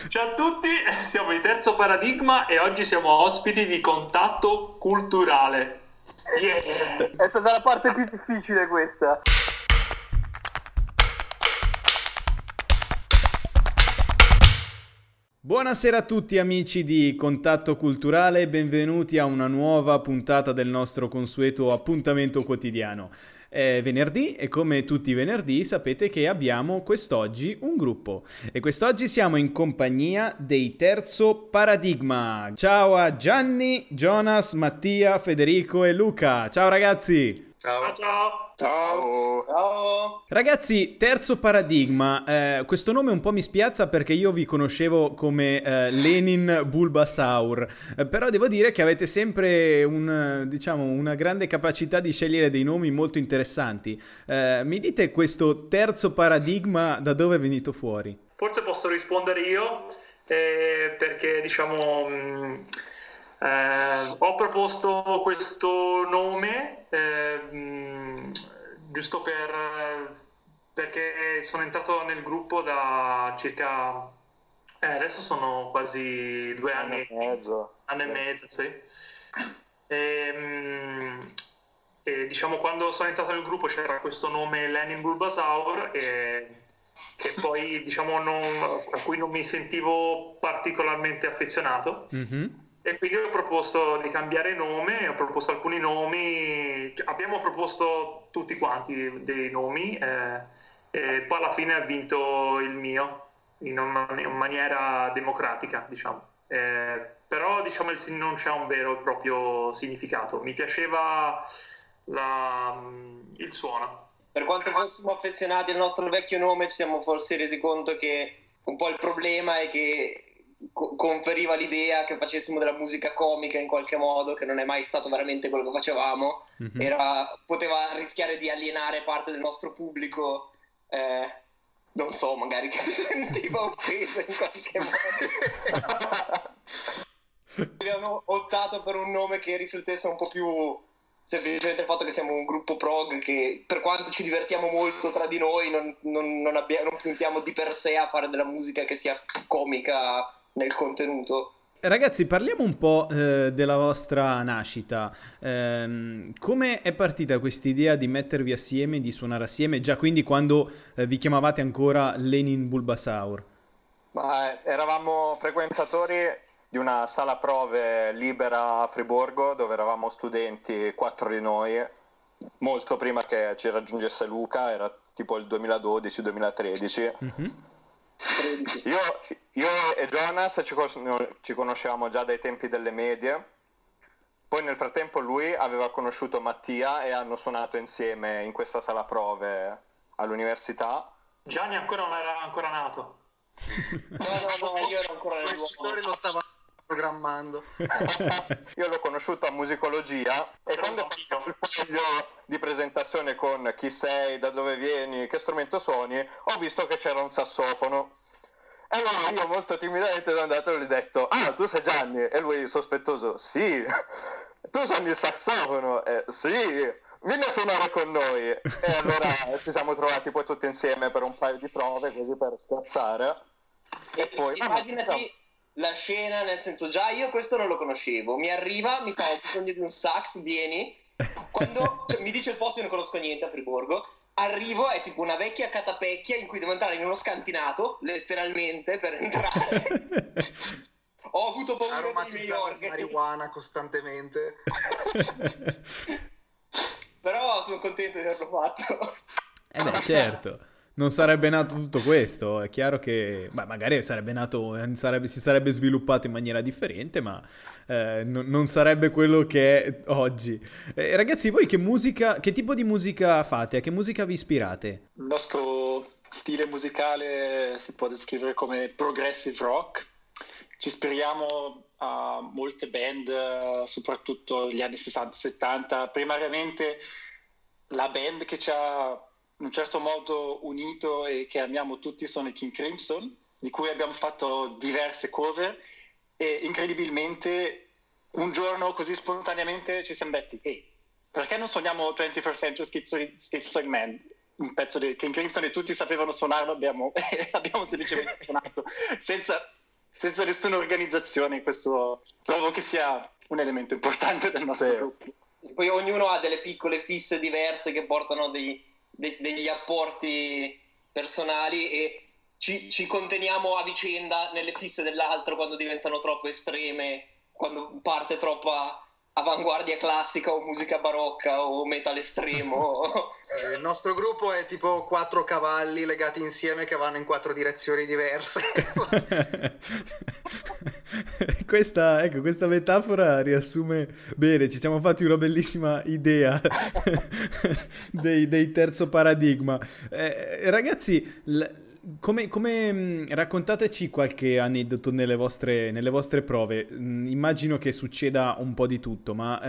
Ciao a tutti, siamo i Terzo Paradigma e oggi siamo ospiti di Contatto Culturale. Yeah. È stata la parte più difficile questa. Buonasera a tutti amici di Contatto Culturale e benvenuti a una nuova puntata del nostro consueto appuntamento quotidiano. È venerdì e come tutti i venerdì sapete che abbiamo quest'oggi un gruppo e quest'oggi siamo in compagnia dei Terzo Paradigma. Ciao a Gianni, Jonas, Mattia, Federico e Luca. Ciao ragazzi! Ciao ciao! Ciao! Ciao! Ragazzi, Terzo Paradigma, questo nome un po' mi spiazza perché io vi conoscevo come Lenin Bulbasaur, però devo dire che avete sempre una grande capacità di scegliere dei nomi molto interessanti. Mi dite questo Terzo Paradigma da dove è venuto fuori? Forse posso rispondere io, perché ho proposto questo nome giusto perché sono entrato nel gruppo da circa adesso sono quasi 2 anni e mezzo, sì. E quando sono entrato nel gruppo c'era questo nome Lenin Bulbasaur che poi a cui non mi sentivo particolarmente affezionato. Mm-hmm. E quindi ho proposto di cambiare nome, ho proposto alcuni nomi, abbiamo proposto tutti quanti dei nomi e poi alla fine ha vinto il mio in maniera democratica, però non c'è un vero e proprio significato. Mi piaceva il suono. Per quanto fossimo affezionati al nostro vecchio nome ci siamo forse resi conto che un po' il problema è che conferiva l'idea che facessimo della musica comica in qualche modo, che non è mai stato veramente quello che facevamo. Mm-hmm. Poteva rischiare di alienare parte del nostro pubblico, non so, magari che si sentiva offeso in qualche modo. Abbiamo optato per un nome che riflettesse un po' più semplicemente il fatto che siamo un gruppo prog che, per quanto ci divertiamo molto tra di noi, non puntiamo di per sé a fare della musica che sia comica nel contenuto. Ragazzi, parliamo un po' della vostra nascita. Come è partita questa idea di mettervi assieme, di suonare assieme, già quindi quando vi chiamavate ancora Lenin Bulbasaur? Eravamo frequentatori di una sala prove libera a Friburgo, dove eravamo studenti, 4 di noi, molto prima che ci raggiungesse Luca, era tipo il 2012-2013. Mm-hmm. Io e Jonas ci conoscevamo già dai tempi delle medie, poi nel frattempo lui aveva conosciuto Mattia e hanno suonato insieme in questa sala prove all'università. Gianni non era ancora nato. No, io ero ancora nel genitori lo stavano programmando. Io l'ho conosciuto a musicologia e quando ho fatto il foglio di presentazione con chi sei, da dove vieni, che strumento suoni, ho visto che c'era un sassofono. E allora io molto timidamente sono andato e gli ho detto: ah, tu sei Gianni? E lui sospettoso: sì. Tu suoni il sassofono? Sì. Vieni a suonare con noi. E allora ci siamo trovati poi tutti insieme per un paio di prove, così per scherzare. E poi immaginati la scena, nel senso, già io questo non lo conoscevo, mi arriva, mi fa: ho bisogno di un sax, vieni. Quando mi dice il posto, io non conosco niente a Friburgo, arrivo, è tipo una vecchia catapecchia in cui devo entrare in uno scantinato, letteralmente, per entrare. Ho avuto paura di miei organi. Marijuana costantemente. Però sono contento di averlo fatto. Beh, certo. Non sarebbe nato tutto questo, è chiaro che magari sarebbe nato, si sarebbe sviluppato in maniera differente, ma non sarebbe quello che è oggi. Ragazzi, voi che tipo di musica fate? A che musica vi ispirate? Il nostro stile musicale si può descrivere come progressive rock. Ci ispiriamo a molte band, soprattutto negli anni 60-70. Primariamente la band che ci ha in un certo modo unito e che amiamo tutti sono i King Crimson, di cui abbiamo fatto diverse cover, e incredibilmente un giorno così spontaneamente ci siamo detti: perché non suoniamo 21st Century Schizoid Man, un pezzo di King Crimson, e tutti sapevano suonarlo, abbiamo semplicemente suonato senza senza nessuna organizzazione. Questo trovo che sia un elemento importante del nostro gruppo. Poi ognuno ha delle piccole fisse diverse che portano degli apporti personali e ci conteniamo a vicenda nelle fisse dell'altro quando diventano troppo estreme, quando parte troppa avanguardia classica o musica barocca o metal estremo. Il nostro gruppo è tipo 4 cavalli legati insieme che vanno in 4 direzioni diverse. Questa metafora riassume bene, ci siamo fatti una bellissima idea dei terzo paradigma. Ragazzi, come raccontateci qualche aneddoto nelle vostre prove. Immagino che succeda un po' di tutto, ma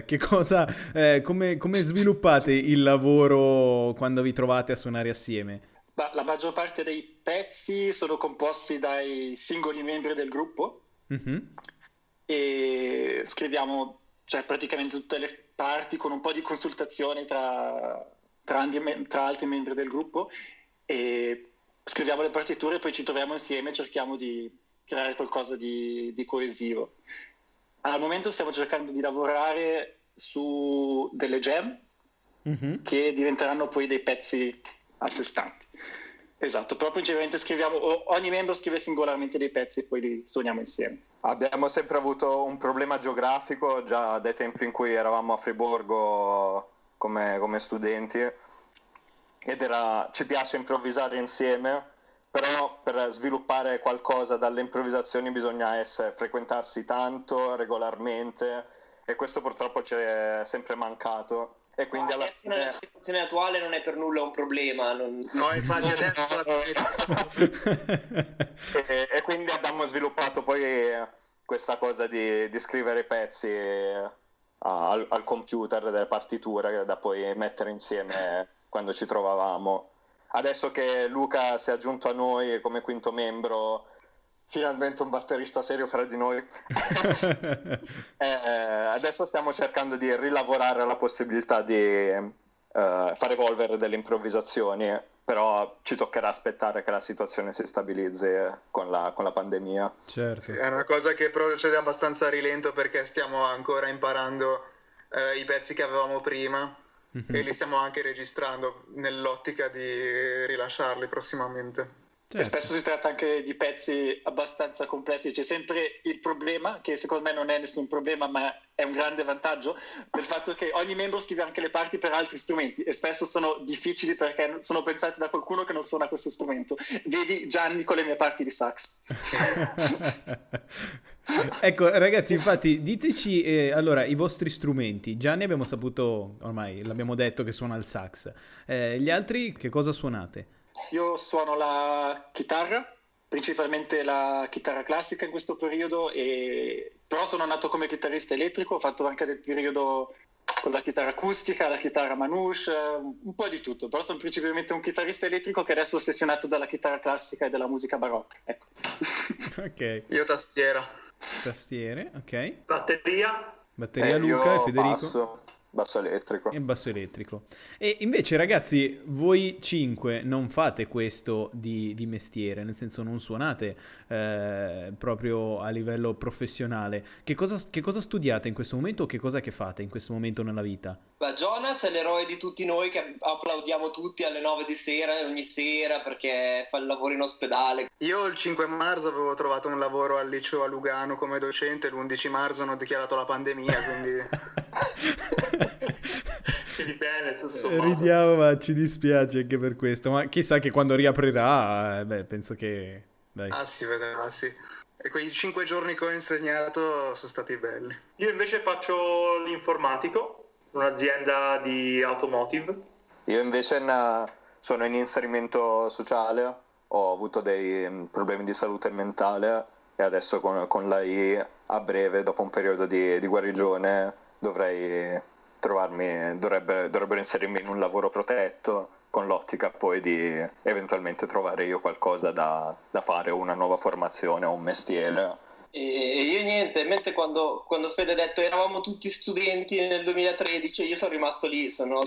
come sviluppate il lavoro quando vi trovate a suonare assieme? La maggior parte dei pezzi sono composti dai singoli membri del gruppo. Mm-hmm. E scriviamo praticamente tutte le parti con un po' di consultazione tra altri membri del gruppo, e scriviamo le partiture e poi ci troviamo insieme e cerchiamo di creare qualcosa di coesivo. Al momento stiamo cercando di lavorare su delle jam, mm-hmm, che diventeranno poi dei pezzi a sé stanti. Esatto, però principalmente ogni membro scrive singolarmente dei pezzi e poi li suoniamo insieme. Abbiamo sempre avuto un problema geografico già dai tempi in cui eravamo a Friburgo come studenti, ed ci piace improvvisare insieme, però per sviluppare qualcosa dalle improvvisazioni bisogna frequentarsi tanto, regolarmente, e questo purtroppo ci è sempre mancato. E quindi nella situazione attuale non è per nulla un problema. No, infatti adesso e quindi abbiamo sviluppato poi questa cosa di scrivere pezzi al computer, delle partiture da poi mettere insieme quando ci trovavamo. Adesso che Luca si è aggiunto a noi come quinto membro, finalmente un batterista serio fra di noi, adesso stiamo cercando di rilavorare la possibilità di far evolvere delle improvvisazioni, però ci toccherà aspettare che la situazione si stabilizzi con la pandemia. Certo. È una cosa che procede abbastanza a rilento perché stiamo ancora imparando i pezzi che avevamo prima, mm-hmm, e li stiamo anche registrando nell'ottica di rilasciarli prossimamente. Certo. E spesso si tratta anche di pezzi abbastanza complessi. C'è sempre il problema, che secondo me non è nessun problema ma è un grande vantaggio, del fatto che ogni membro scrive anche le parti per altri strumenti e spesso sono difficili perché sono pensati da qualcuno che non suona questo strumento. Vedi Gianni con le mie parti di sax. Ecco ragazzi, infatti diteci allora i vostri strumenti. Gianni abbiamo saputo, ormai l'abbiamo detto che suona il sax, gli altri che cosa suonate? Io suono la chitarra, principalmente la chitarra classica in questo periodo, però sono nato come chitarrista elettrico, ho fatto anche del periodo con la chitarra acustica, la chitarra manouche, un po' di tutto, però sono principalmente un chitarrista elettrico che adesso è ossessionato dalla chitarra classica e della musica barocca. Ecco. Ok. Io tastiere, ok. Batteria Luca e Federico. Basso elettrico. E basso elettrico. E invece ragazzi, voi 5 non fate questo di mestiere, nel senso non suonate proprio a livello professionale. Che cosa studiate in questo momento o che cosa che fate in questo momento nella vita? Jonas è l'eroe di tutti noi che applaudiamo tutti alle 9 di sera ogni sera perché fa il lavoro in ospedale. Io il 5 marzo avevo trovato un lavoro al liceo a Lugano come docente, l'11 marzo hanno dichiarato la pandemia, quindi che dipende, ridiamo, ma ci dispiace anche per questo, ma chissà che quando riaprirà penso che dai. Si vedrà, sì. E quei 5 giorni che ho insegnato sono stati belli. Io invece faccio l'informatico, un'azienda di automotive. Io invece sono in inserimento sociale, ho avuto dei problemi di salute mentale e adesso con l'AI a breve, dopo un periodo di guarigione, dovrebbero inserirmi in un lavoro protetto, con l'ottica poi di eventualmente trovare io qualcosa da fare, una nuova formazione o un mestiere. E io niente, mentre quando Fede ha detto eravamo tutti studenti nel 2013, io sono rimasto lì, sono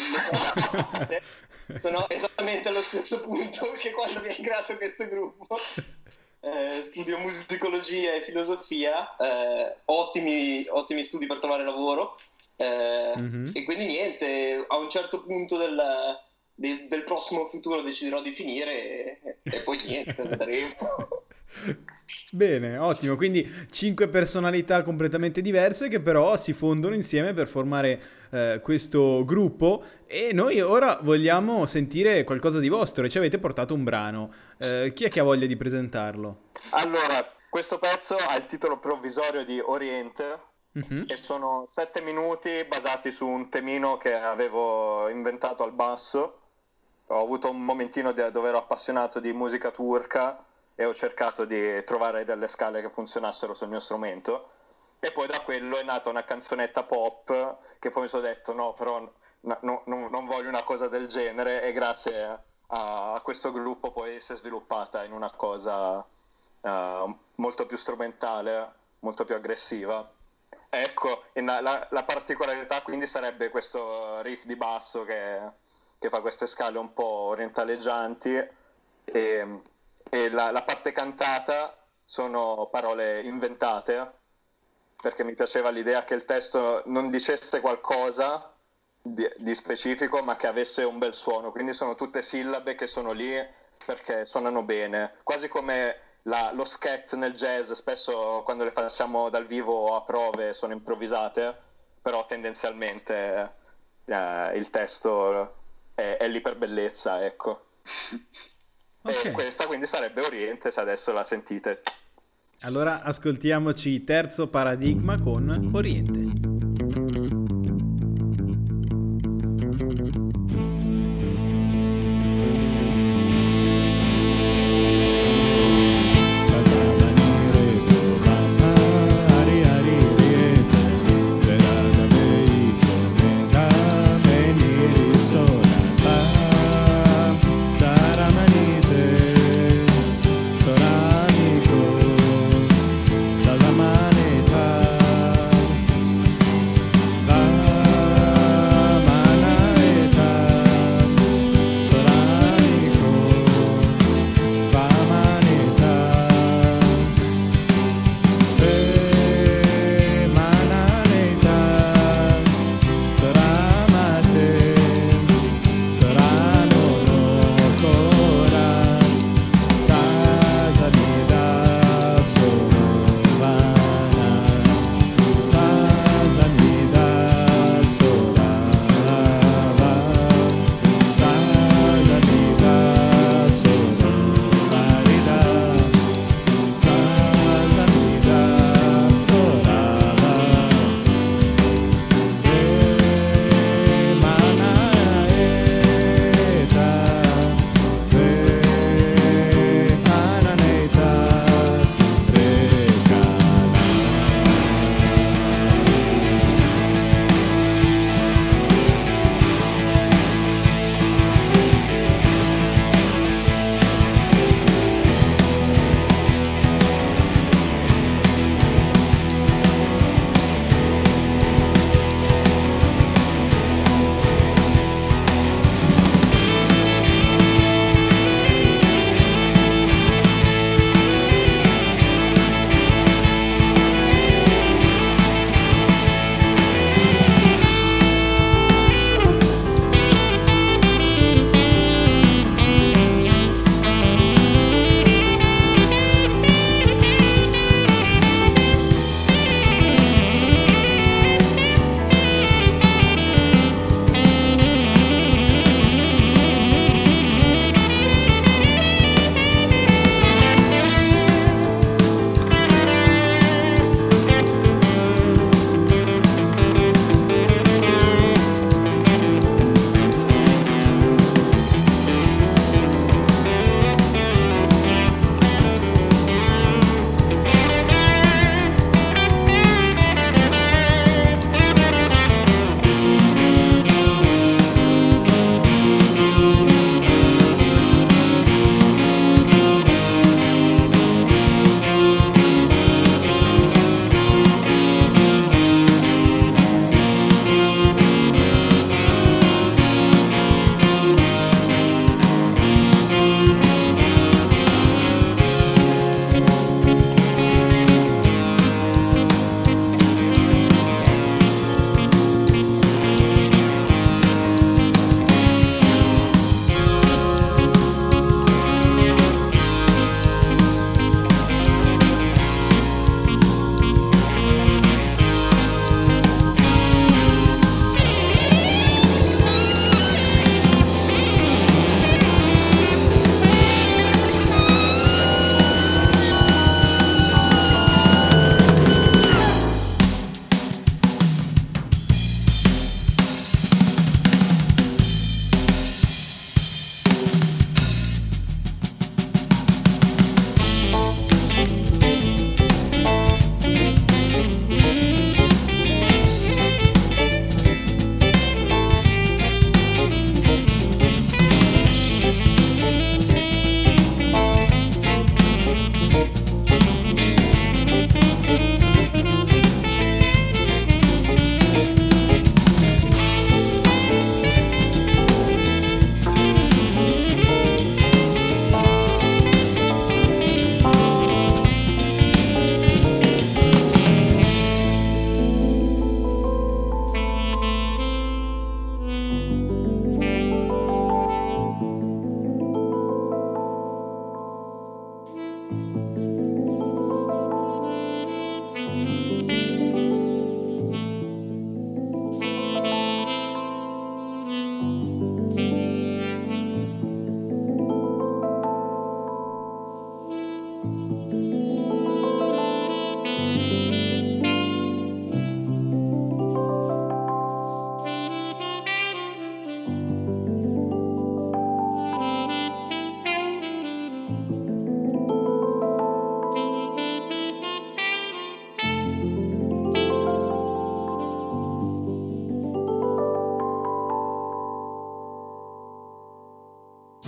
esattamente allo stesso punto che quando abbiamo creato questo gruppo. studio musicologia e filosofia, ottimi studi per trovare lavoro, e quindi niente, a un certo punto del prossimo futuro deciderò di finire e poi niente, vedremo. Bene, ottimo, quindi 5 personalità completamente diverse che però si fondono insieme per formare questo gruppo, e noi ora vogliamo sentire qualcosa di vostro e ci avete portato un brano. Chi è che ha voglia di presentarlo? Allora, questo pezzo ha il titolo provvisorio di Oriente e sono 7 minuti basati su un temino che avevo inventato al basso. Ho avuto un momentino dove ero appassionato di musica turca e ho cercato di trovare delle scale che funzionassero sul mio strumento, e poi da quello è nata una canzonetta pop che poi mi sono detto no, però non voglio una cosa del genere, e grazie a questo gruppo poi si è sviluppata in una cosa molto più strumentale, molto più aggressiva. Ecco, la particolarità quindi sarebbe questo riff di basso che fa queste scale un po' orientaleggianti, e la parte cantata sono parole inventate, perché mi piaceva l'idea che il testo non dicesse qualcosa di specifico, ma che avesse un bel suono, quindi sono tutte sillabe che sono lì perché suonano bene, quasi come lo scat nel jazz. Spesso quando le facciamo dal vivo o a prove sono improvvisate, però tendenzialmente il testo è lì per bellezza, ecco. Okay. E questa quindi sarebbe Oriente, se adesso la sentite. Allora ascoltiamoci Terzo Paradigma con Oriente.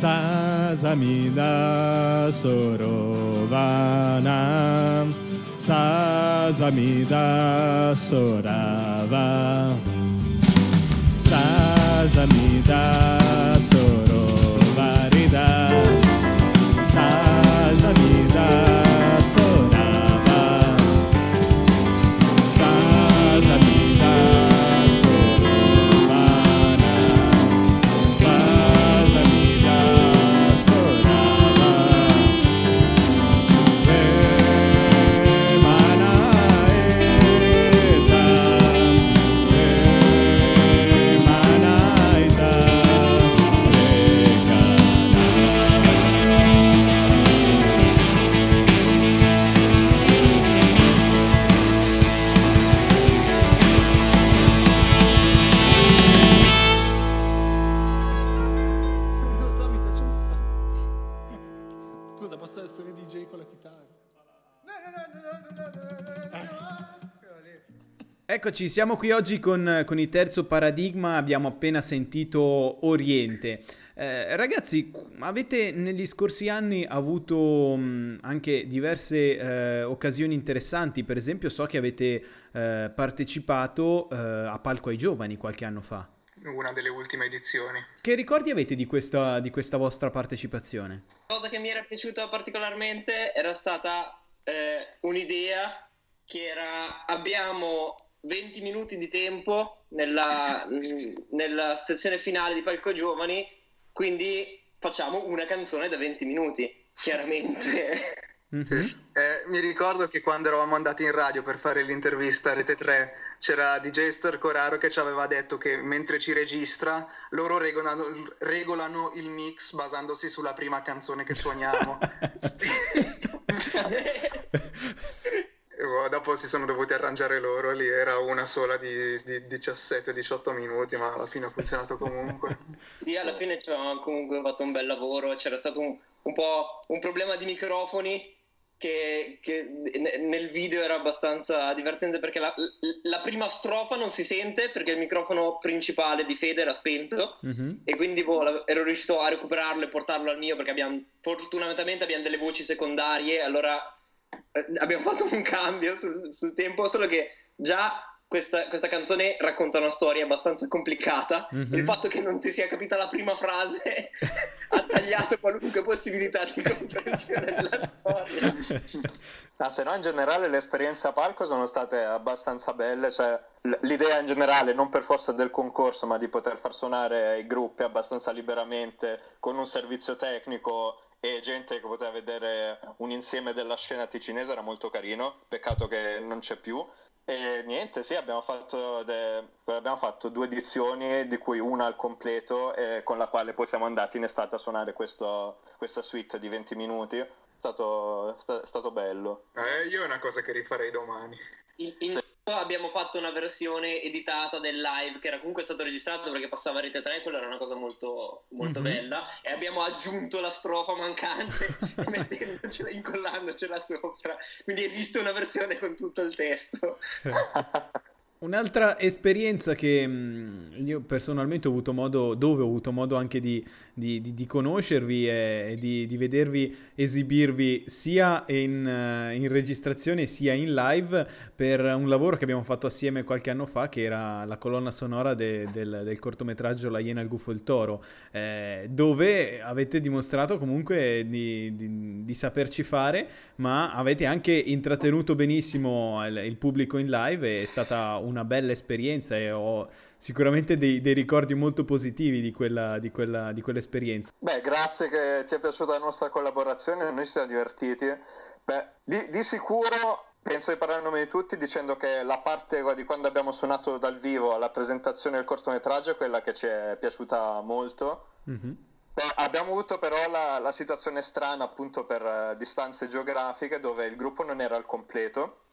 Sasamida Sorovana Sasamida Sorava Sasamida Sorovarida Sasamida Sorava Sasamida Sorovana Sasamida Sorava Remanaeta Remanaeta Non so, mi faccio stare. Scusa, posso essere DJ con la chitarra? Eccoci, siamo qui oggi con il terzo paradigma, abbiamo appena sentito Oriente. Ragazzi, avete negli scorsi anni avuto anche diverse occasioni interessanti, per esempio so che avete partecipato a Palco ai Giovani qualche anno fa. Una delle ultime edizioni. Che ricordi avete di questa vostra partecipazione? La cosa che mi era piaciuta particolarmente era stata un'idea che era: abbiamo 20 minuti di tempo nella sezione finale di Palco Giovani, quindi facciamo una canzone da 20 minuti, chiaramente. Mm-hmm. Mi ricordo che quando eravamo andati in radio per fare l'intervista a Rete 3 c'era DJ Stercoraro che ci aveva detto che mentre ci registra loro regolano il mix basandosi sulla prima canzone che suoniamo. Dopo si sono dovuti arrangiare loro, lì era una sola di 17-18 minuti, ma alla fine ha funzionato comunque. Sì, alla fine ci abbiamo comunque fatto un bel lavoro. C'era stato un po' un problema di microfoni che nel video era abbastanza divertente, perché la prima strofa non si sente perché il microfono principale di Fede era spento. Mm-hmm. E quindi ero riuscito a recuperarlo e portarlo al mio, perché fortunatamente abbiamo delle voci secondarie, allora abbiamo fatto un cambio sul tempo, solo che già questa canzone racconta una storia abbastanza complicata. Mm-hmm. Il fatto che non si sia capita la prima frase ha tagliato qualunque possibilità di comprensione della storia. Se no in generale le esperienze a palco sono state abbastanza belle, cioè l'idea in generale, non per forza del concorso, ma di poter far suonare i gruppi abbastanza liberamente con un servizio tecnico e gente che poteva vedere un insieme della scena ticinese era molto carino, peccato che non c'è più. E niente, sì, abbiamo fatto 2 edizioni, di cui una al completo, con la quale poi siamo andati in estate a suonare questa suite di 20 minuti. È stato bello. Io è una cosa che rifarei domani. Abbiamo fatto una versione editata del live che era comunque stato registrato perché passava a Rete 3, quella era una cosa molto, molto mm-hmm. bella, e abbiamo aggiunto la strofa mancante incollandocela sopra, quindi esiste una versione con tutto il testo. Un'altra esperienza che io personalmente ho avuto modo anche di conoscervi e di vedervi esibirvi sia in registrazione sia in live per un lavoro che abbiamo fatto assieme qualche anno fa, che era la colonna sonora del cortometraggio La Iena, il Gufo e il Toro, dove avete dimostrato comunque di saperci fare, ma avete anche intrattenuto benissimo il pubblico in live. È stata una bella esperienza e ho sicuramente dei ricordi molto positivi di quell'esperienza. Beh, grazie che ti è piaciuta la nostra collaborazione, noi ci siamo divertiti. Beh, di sicuro penso di parlare a nome di tutti dicendo che la parte di quando abbiamo suonato dal vivo alla presentazione del cortometraggio è quella che ci è piaciuta molto. Mm-hmm. Abbiamo avuto però la situazione strana, appunto per distanze geografiche, dove il gruppo non era al completo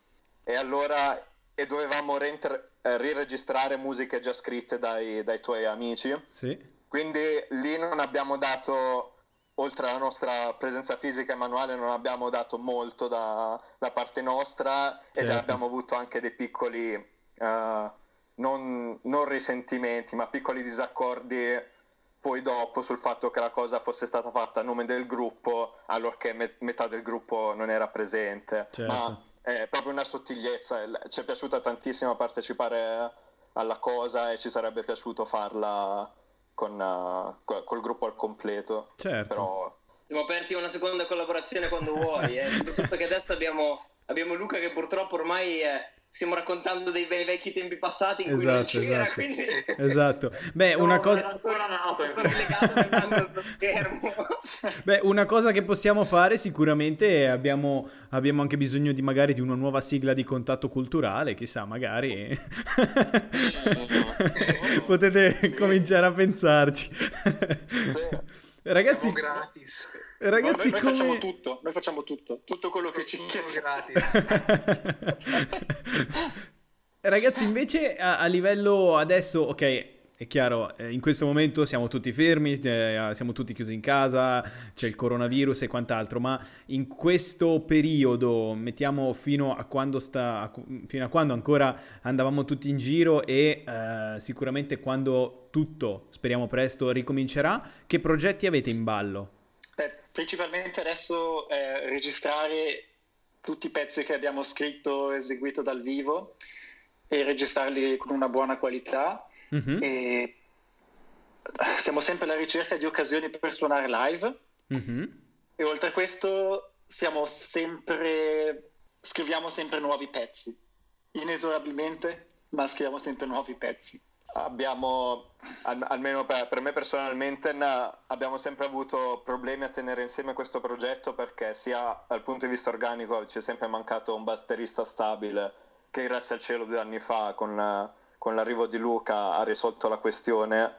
e dovevamo riregistrare musiche già scritte dai tuoi amici. Sì. Quindi lì non abbiamo dato, oltre alla nostra presenza fisica e manuale, non abbiamo dato molto da parte nostra. Certo. E già abbiamo avuto anche dei piccoli non risentimenti, ma piccoli disaccordi poi dopo sul fatto che la cosa fosse stata fatta a nome del gruppo, allorché metà del gruppo non era presente. Certo. Ma è proprio una sottigliezza, ci è piaciuta tantissimo partecipare alla cosa e ci sarebbe piaciuto farla col gruppo al completo. Certo. Però Siamo aperti a una seconda collaborazione quando vuoi, soprattutto che adesso abbiamo Luca che purtroppo ormai stiamo raccontando dei bei vecchi tempi passati in cui non c'era, esatto. quindi Esatto. Beh, una cosa... era ancora nato. ancora legato allo schermo. Beh, una cosa che possiamo fare sicuramente abbiamo anche bisogno di magari di una nuova sigla di Contatto Culturale, chissà, magari potete cominciare a pensarci. Ragazzi, Siamo gratis. ragazzi, noi come... facciamo tutto quello che ci Siamo chiede. gratis. Ragazzi, invece a livello adesso, ok, è chiaro, in questo momento siamo tutti fermi, siamo tutti chiusi in casa, c'è il coronavirus e quant'altro, ma in questo periodo, mettiamo fino a quando ancora andavamo tutti in giro e sicuramente quando tutto, speriamo presto, ricomincerà, che progetti avete in ballo? Principalmente adesso registrare tutti i pezzi che abbiamo scritto e eseguito dal vivo e registrarli con una buona qualità. Mhm. E siamo sempre alla ricerca di occasioni per suonare live. Mhm. E oltre a questo scriviamo sempre nuovi pezzi, inesorabilmente, ma scriviamo sempre nuovi pezzi. abbiamo, almeno per me personalmente, abbiamo sempre avuto problemi a tenere insieme questo progetto, perché sia dal punto di vista organico ci è sempre mancato un batterista stabile, che grazie al cielo 2 anni fa con l'arrivo di Luca ha risolto la questione.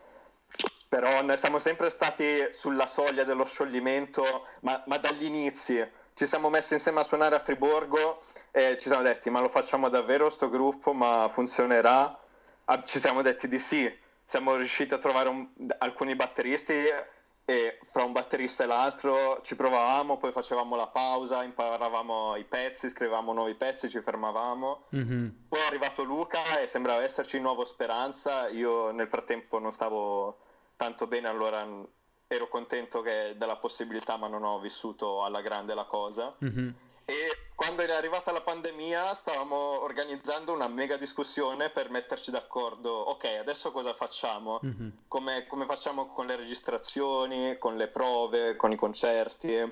Però ne siamo sempre stati sulla soglia dello scioglimento, ma dagli inizi. Ci siamo messi insieme a suonare a Friburgo e ci siamo detti: ma lo facciamo davvero sto gruppo? Ma funzionerà? Ci siamo detti di sì. Siamo riusciti a trovare alcuni batteristi e fra un batterista e l'altro ci provavamo, poi facevamo la pausa, imparavamo i pezzi, scrivevamo nuovi pezzi, ci fermavamo. Mm-hmm. Poi è arrivato Luca e sembrava esserci di nuovo speranza. Io nel frattempo non stavo tanto bene, allora ero contento della possibilità, ma non ho vissuto alla grande la cosa. Mm-hmm. E quando è arrivata la pandemia stavamo organizzando una mega discussione per metterci d'accordo. Ok, adesso cosa facciamo? Mm-hmm. Come facciamo con le registrazioni, con le prove, con i concerti?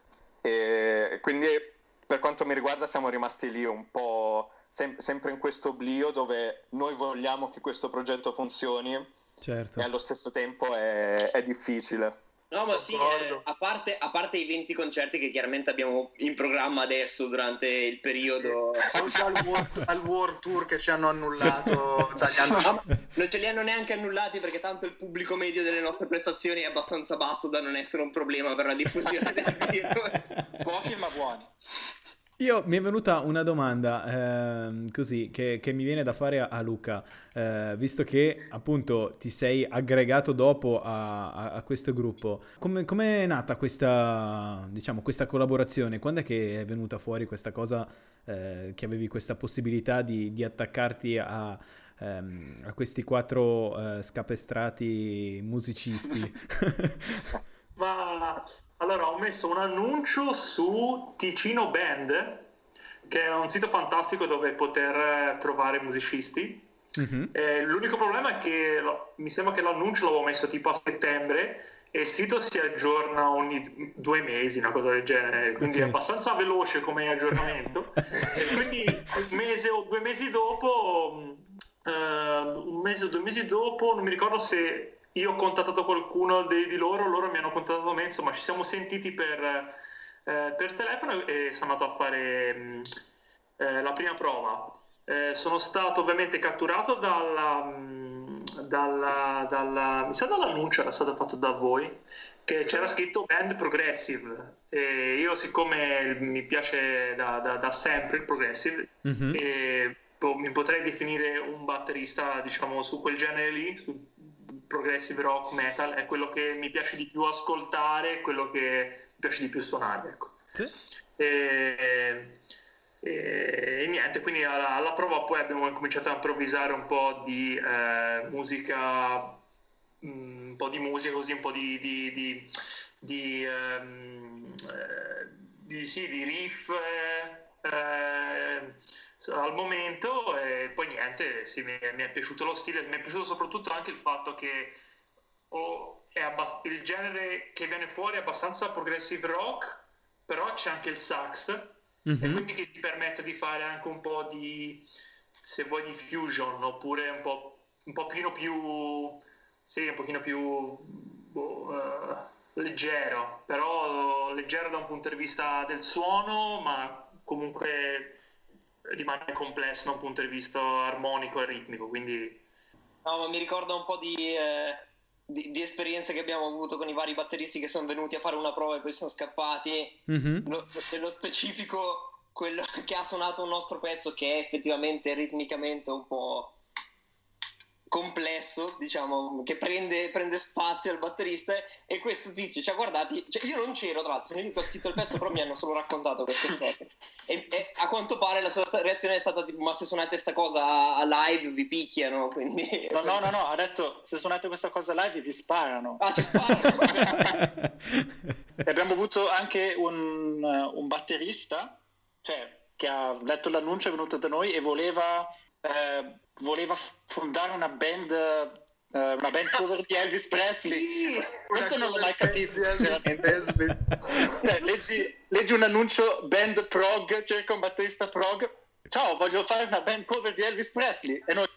E quindi per quanto mi riguarda siamo rimasti lì un po' sempre in questo oblio, dove noi vogliamo che questo progetto funzioni. Certo. E allo stesso tempo è difficile. No, ma sì, a parte i 20 concerti che chiaramente abbiamo in programma adesso durante il periodo. Sì. Al World Tour che ci hanno annullato. Non ce li hanno neanche annullati, perché tanto il pubblico medio delle nostre prestazioni è abbastanza basso da non essere un problema per la diffusione del virus. Pochi ma buoni. Mi è venuta una domanda così che mi viene da fare a Luca, visto che appunto ti sei aggregato dopo a questo gruppo. Come è nata questa collaborazione? Quando è che è venuta fuori questa cosa, che avevi questa possibilità di attaccarti a questi 4 scapestrati musicisti? Ma allora ho messo un annuncio su Ticino Band, che è un sito fantastico dove poter trovare musicisti. Mm-hmm. L'unico problema è che mi sembra che l'annuncio l'avevo messo tipo a settembre e il sito si aggiorna ogni 2 mesi, una cosa del genere, quindi okay. È abbastanza veloce come aggiornamento. E quindi un mese o 2 mesi dopo, non mi ricordo se io ho contattato qualcuno di loro mi hanno contattato me, insomma ci siamo sentiti per telefono e sono andato a fare la prima prova. Sono stato ovviamente catturato mi sa dall'annuncio, era stato fatto da voi, che c'era scritto band progressive, e io, siccome mi piace da sempre il progressive, mm-hmm. E mi potrei definire un batterista, diciamo, su quel genere lì, su progressive rock, metal, è quello che mi piace di più ascoltare, quello che mi piace di più suonare, ecco. Sì. E niente, quindi alla prova poi abbiamo cominciato a improvvisare un po' di musica un po' di musica così, un po' di riff al momento, e poi niente, sì, mi è piaciuto lo stile, mi è piaciuto soprattutto anche il fatto che il genere che viene fuori è abbastanza progressive rock, però c'è anche il sax, e quindi che ti permette di fare anche un po' di, se vuoi, di fusion, oppure un pochino più, sì, un pochino più leggero, però leggero da un punto di vista del suono, ma comunque rimane complesso da un punto di vista armonico e ritmico, quindi... No, ma mi ricorda un po' di esperienze che abbiamo avuto con i vari batteristi che sono venuti a fare una prova e poi sono scappati. Nello specifico, quello che ha suonato un nostro pezzo, che è effettivamente ritmicamente un po' complesso, diciamo, che prende spazio al batterista, e questo tizio ci ha guardati, cioè io non c'ero, tra l'altro, io ho scritto il pezzo, però mi hanno solo raccontato queste cose, e a quanto pare la sua reazione è stata tipo: ma se suonate questa cosa a live vi picchiano, quindi... No, ha detto: se suonate questa cosa live vi sparano. Ah, ci sparano! E abbiamo avuto anche un batterista, cioè, che ha letto l'annuncio, è venuto da noi e voleva fondare una band cover di Elvis Presley. Questo non l'ho mai capito, sinceramente. Leggi un annuncio, band prog, cerca un batterista prog, ciao, voglio fare una band cover di Elvis Presley, e noi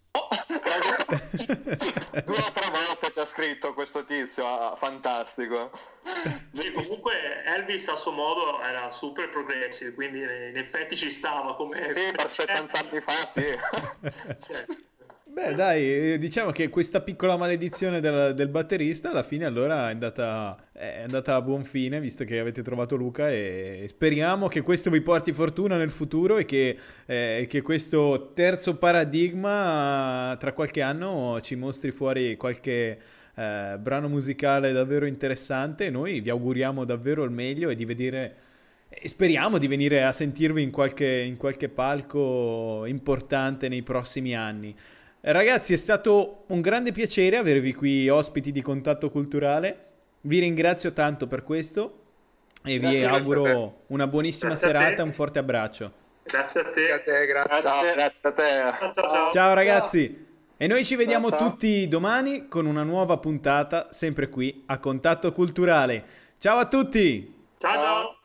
2 o 3 volte c'è scritto questo tizio, fantastico. Sì, comunque Elvis a suo modo era super progressive, quindi in effetti ci stava come... Sì, per 70 anni fa, sì. Beh, dai, diciamo che questa piccola maledizione del batterista alla fine allora è andata a buon fine, visto che avete trovato Luca, e speriamo che questo vi porti fortuna nel futuro, e che questo terzo paradigma tra qualche anno ci mostri fuori qualche brano musicale davvero interessante. Noi vi auguriamo davvero il meglio e speriamo di venire a sentirvi in qualche palco importante nei prossimi anni. Ragazzi, è stato un grande piacere avervi qui ospiti di Contatto Culturale. Vi ringrazio tanto per questo e vi auguro una buonissima serata. Un forte abbraccio. Grazie a te. Grazie a te. Ciao ragazzi. E noi ci vediamo tutti domani con una nuova puntata, sempre qui a Contatto Culturale. Ciao a tutti. Ciao.